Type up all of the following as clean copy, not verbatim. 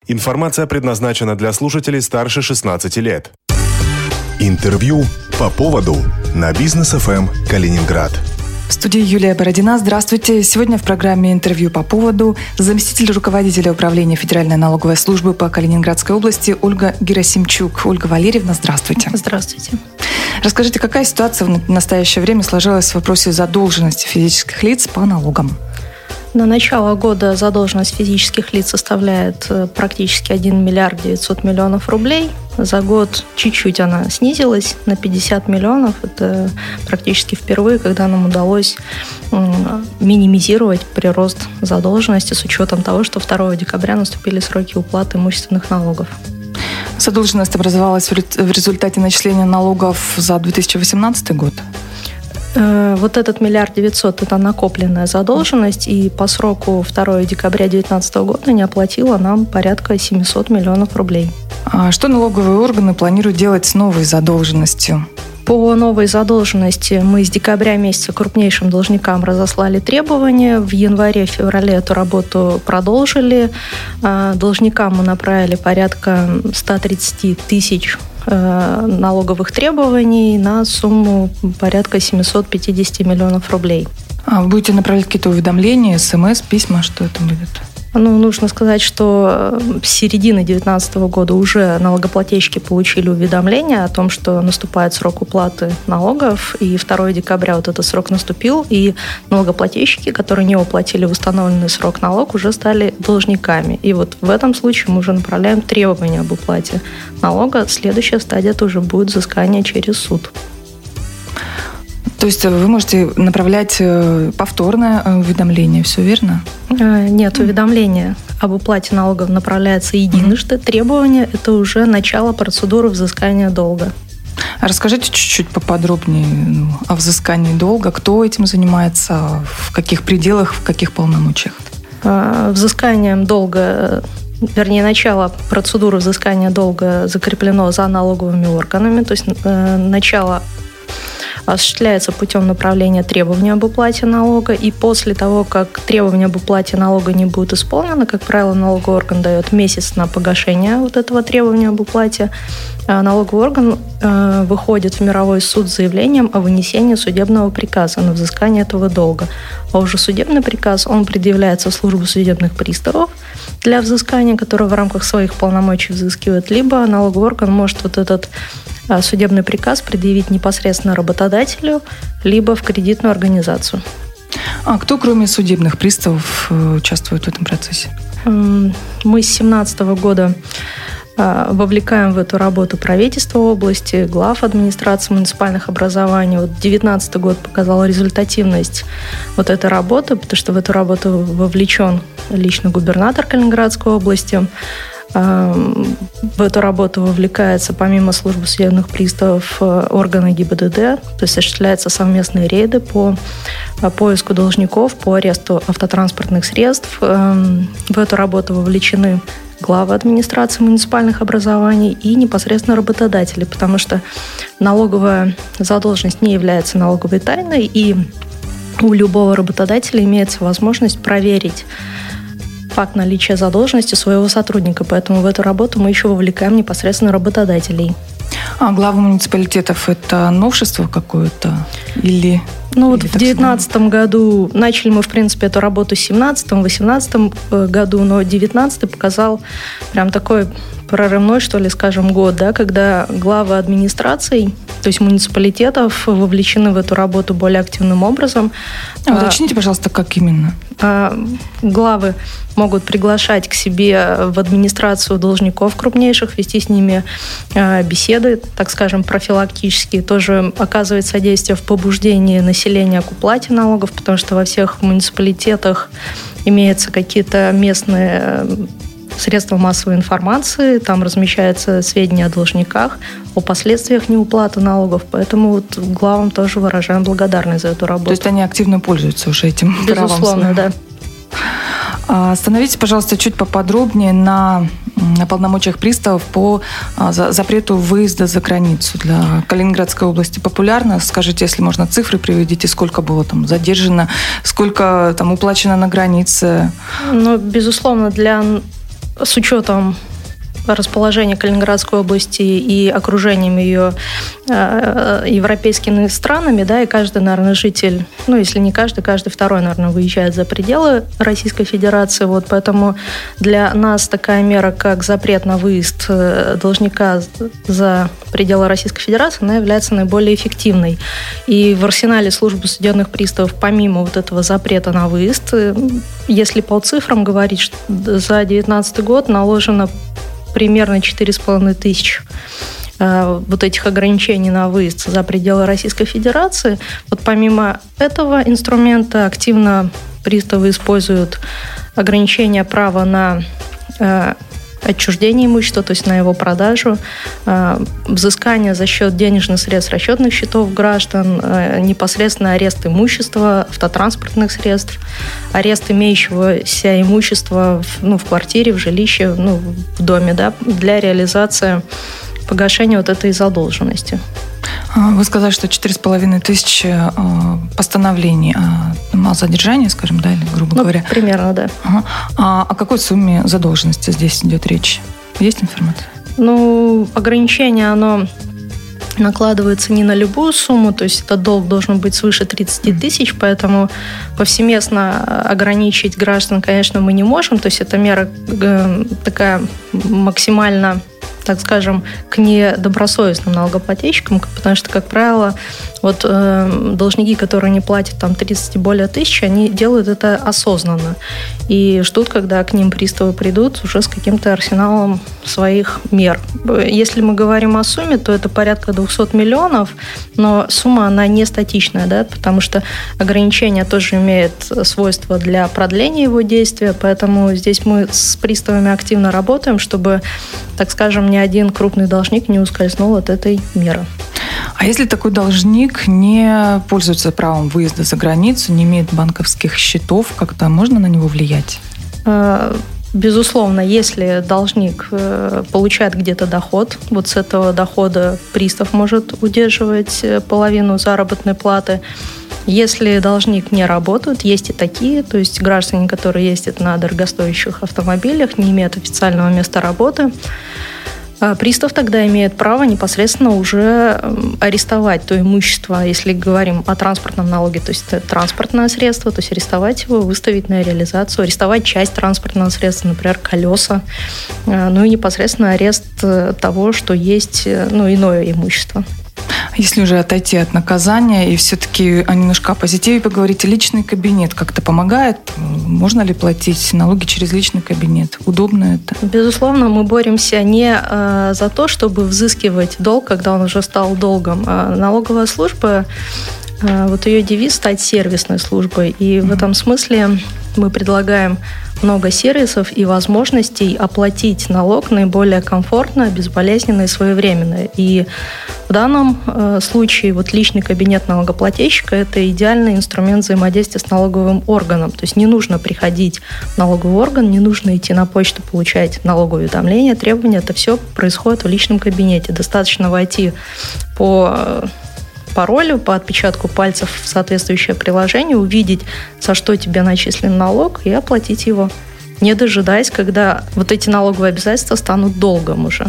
Информация предназначена для слушателей старше 16 лет. Интервью по поводу на Бизнес ФМ Калининград. В студии Юлия Бородина. Здравствуйте. Сегодня в программе «Интервью по поводу» заместитель руководителя управления Федеральной налоговой службы по Калининградской области Ольга Герасимчук. Ольга Валерьевна, здравствуйте. Здравствуйте. Расскажите, какая ситуация в настоящее время сложилась в вопросе задолженности физических лиц по налогам? На начало года задолженность физических лиц составляет практически 1 миллиард 900 миллионов рублей. За год чуть-чуть она снизилась на 50 миллионов. Это практически впервые, когда нам удалось минимизировать прирост задолженности с учетом того, что 2 декабря наступили сроки уплаты имущественных налогов. Задолженность образовалась в результате начисления налогов за 2018 год? Вот этот 1 миллиард 900 – это накопленная задолженность, и по сроку 2 декабря 2019 года не оплатила нам порядка 700 миллионов рублей. А что налоговые органы планируют делать с новой задолженностью? По новой задолженности мы с декабря месяца крупнейшим должникам разослали требования. В январе-феврале эту работу продолжили. Должникам мы направили порядка 130 тысяч налоговых требований на сумму порядка 750 миллионов рублей. А вы будете направлять какие-то уведомления, СМС, письма? Что это будет? Нужно сказать, что с середины 2019 года уже налогоплательщики получили уведомление о том, что наступает срок уплаты налогов, и 2 декабря вот этот срок наступил, и налогоплательщики, которые не уплатили в установленный срок налог, уже стали должниками. И вот в этом случае мы уже направляем требования об уплате налога. Следующая стадия это уже будет взыскание через суд. То есть вы можете направлять повторное уведомление, все верно? Нет, уведомление об уплате налогов направляется единожды. Требование – это уже начало процедуры взыскания долга. А расскажите чуть-чуть поподробнее о взыскании долга. Кто этим занимается, в каких пределах, в каких полномочиях? Взысканием долга, вернее, начало процедуры взыскания долга закреплено за налоговыми органами. То есть начало осуществляется путем направления требования об уплате налога, и после того, как требование об уплате налога не будет исполнено, как правило, налоговый орган дает месяц на погашение вот этого требования об уплате, налоговый орган выходит в мировой суд с заявлением о вынесении судебного приказа на взыскание этого долга. А уже судебный приказ, он предъявляется в службу судебных приставов для взыскания, который в рамках своих полномочий взыскивает, либо налоговый орган может вот этот судебный приказ предъявить непосредственно работодателю, либо в кредитную организацию. А кто, кроме судебных приставов, участвует в этом процессе? Мы с 2017 года вовлекаем в эту работу правительство области, глав администрации муниципальных образований. Вот 2019 год показал результативность вот этой работы, потому что в эту работу вовлечен лично губернатор Калининградской области. В эту работу вовлекается, помимо службы судебных приставов, органы ГИБДД, то есть осуществляются совместные рейды по поиску должников, по аресту автотранспортных средств. В эту работу вовлечены главы администрации муниципальных образований и непосредственно работодатели, потому что налоговая задолженность не является налоговой тайной, и у любого работодателя имеется возможность проверить факт наличия задолженности своего сотрудника. Поэтому в эту работу мы еще вовлекаем непосредственно работодателей. А главы муниципалитетов – это новшество какое-то? Или в 2019 году начали мы, в принципе, эту работу в 2017-2018 году, но 2019 показал прям такой прорывной, что ли, скажем, год, да, когда главы администраций, то есть муниципалитетов, вовлечены в эту работу более активным образом. Уточните, пожалуйста, как именно? Главы могут приглашать к себе в администрацию должников крупнейших, вести с ними беседы, так скажем, профилактические. Тоже оказывает содействие в побуждении населения к уплате налогов, потому что во всех муниципалитетах имеются какие-то местные средства массовой информации, там размещаются сведения о должниках, о последствиях неуплаты налогов, поэтому вот главам тоже выражаем благодарность за эту работу. То есть они активно пользуются уже этим правом? Безусловно, да. Остановитесь, пожалуйста, чуть поподробнее на полномочиях приставов по запрету выезда за границу. Для Калининградской области популярно? Скажите, если можно, цифры приведите, сколько было там задержано, сколько там уплачено на границе? Безусловно, для с учетом расположения Калининградской области и окружением ее европейскими странами, да, и каждый, наверное, житель, ну, если не каждый, каждый второй, наверное, выезжает за пределы Российской Федерации. Вот, поэтому для нас такая мера, как запрет на выезд должника за пределы Российской Федерации, она является наиболее эффективной. И в арсенале службы судебных приставов, помимо вот этого запрета на выезд, если по цифрам говорить, что за 2019 год наложено примерно 4,5 тысячи вот этих ограничений на выезд за пределы Российской Федерации. Вот помимо этого инструмента активно приставы используют ограничения права на отчуждение имущества, то есть на его продажу, взыскание за счет денежных средств расчетных счетов граждан, непосредственно арест имущества, автотранспортных средств, арест имеющегося имущества в квартире, в жилище, в доме, да, для реализации погашения вот этой задолженности. Вы сказали, что 4,5 тысячи постановлений о задержании, скажем, да, или грубо говоря. Примерно, да. Ага. О какой сумме задолженности здесь идет речь? Есть информация? Ограничение, оно накладывается не на любую сумму, то есть этот долг должен быть свыше 30 тысяч, поэтому повсеместно ограничить граждан, конечно, мы не можем, то есть эта мера такая максимально, так скажем, к недобросовестным налогоплательщикам, потому что, как правило, должники, которые не платят 30 и более тысяч, они делают это осознанно и ждут, когда к ним приставы придут уже с каким-то арсеналом своих мер. Если мы говорим о сумме, то это порядка 200 миллионов, но сумма, она не статичная, да, потому что ограничение тоже имеет свойство для продления его действия, поэтому здесь мы с приставами активно работаем, чтобы, так скажем, ни один крупный должник не ускользнул от этой меры. А если такой должник не пользуется правом выезда за границу, не имеет банковских счетов, как-то можно на него влиять? Безусловно, если должник получает где-то доход, вот с этого дохода пристав может удерживать половину заработной платы. Если должник не работает, есть и такие, то есть граждане, которые ездят на дорогостоящих автомобилях, не имеют официального места работы, пристав тогда имеет право непосредственно уже арестовать то имущество, если говорим о транспортном налоге, то есть это транспортное средство, то есть арестовать его, выставить на реализацию, арестовать часть транспортного средства, например, колеса, и непосредственно арест того, что есть иное имущество. Если уже отойти от наказания и все-таки немножко о позитиве поговорить, личный кабинет как-то помогает? Можно ли платить налоги через личный кабинет? Удобно это? Безусловно, мы боремся не за то, чтобы взыскивать долг, когда он уже стал долгом. Налоговая служба, ее девиз — стать сервисной службой. И в этом смысле мы предлагаем много сервисов и возможностей оплатить налог наиболее комфортно, безболезненно и своевременно. И в данном случае личный кабинет налогоплательщика – это идеальный инструмент взаимодействия с налоговым органом. То есть не нужно приходить в налоговый орган, не нужно идти на почту, получать налоговые уведомления, требования. Это все происходит в личном кабинете. Достаточно войти по паролю, по отпечатку пальцев в соответствующее приложение, увидеть, за что тебе начислен налог, и оплатить его, не дожидаясь, когда эти налоговые обязательства станут долгом уже.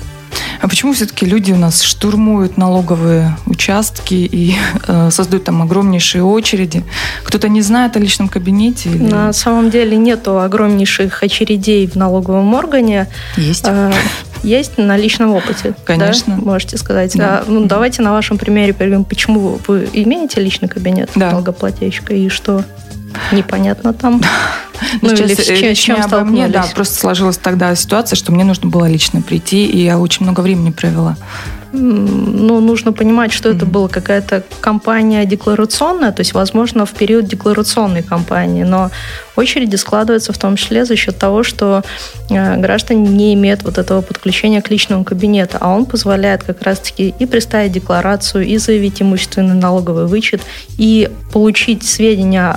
А почему все-таки люди у нас штурмуют налоговые участки и создают там огромнейшие очереди? Кто-то не знает о личном кабинете? Или... На самом деле нету огромнейших очередей в налоговом органе. Есть. Есть на личном опыте. Конечно. Да, можете сказать. Да. Давайте на вашем примере поговорим, почему вы имеете личный кабинет налогоплательщика и что непонятно там. Или с чем столкнулись? Да, просто сложилась тогда ситуация, что мне нужно было лично прийти, и я очень много времени провела. Нужно понимать, что это была какая-то кампания декларационная, то есть, возможно, в период декларационной кампании, но очереди складываются в том числе за счет того, что граждане не имеют этого подключения к личному кабинету, а он позволяет как раз-таки и представить декларацию, и заявить имущественный налоговый вычет, и получить сведения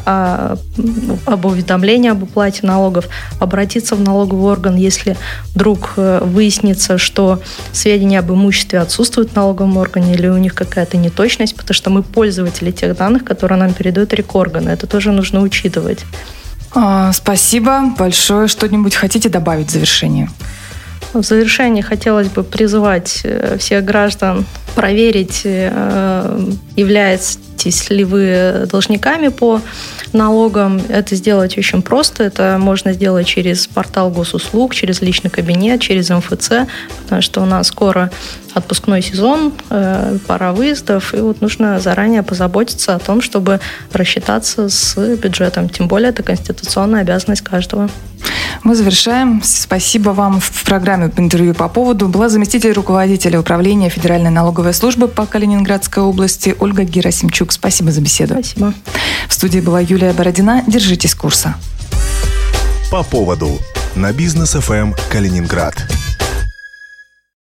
об уведомлении об уплате налогов, обратиться в налоговый орган, если вдруг выяснится, что сведения об имуществе отсутствуют в налоговом органе или у них какая-то неточность, потому что мы пользователи тех данных, которые нам передают рекорганы. Это тоже нужно учитывать. Спасибо большое. Что-нибудь хотите добавить в завершение? В завершение хотелось бы призвать всех граждан проверить, являетесь ли вы должниками по налогам. Это сделать очень просто. Это можно сделать через портал госуслуг, через личный кабинет, через МФЦ, потому что у нас скоро отпускной сезон, пора выездов, и вот нужно заранее позаботиться о том, чтобы рассчитаться с бюджетом. Тем более это конституционная обязанность каждого. Мы завершаем. Спасибо вам. В программе «Интервью по поводу» была заместитель руководителя управления Федеральной налоговой службы по Калининградской области Ольга Герасимчук. Спасибо за беседу. Спасибо. В студии была Юлия Бородина. Держитесь курса. По поводу на Бизнес ФМ Калининград.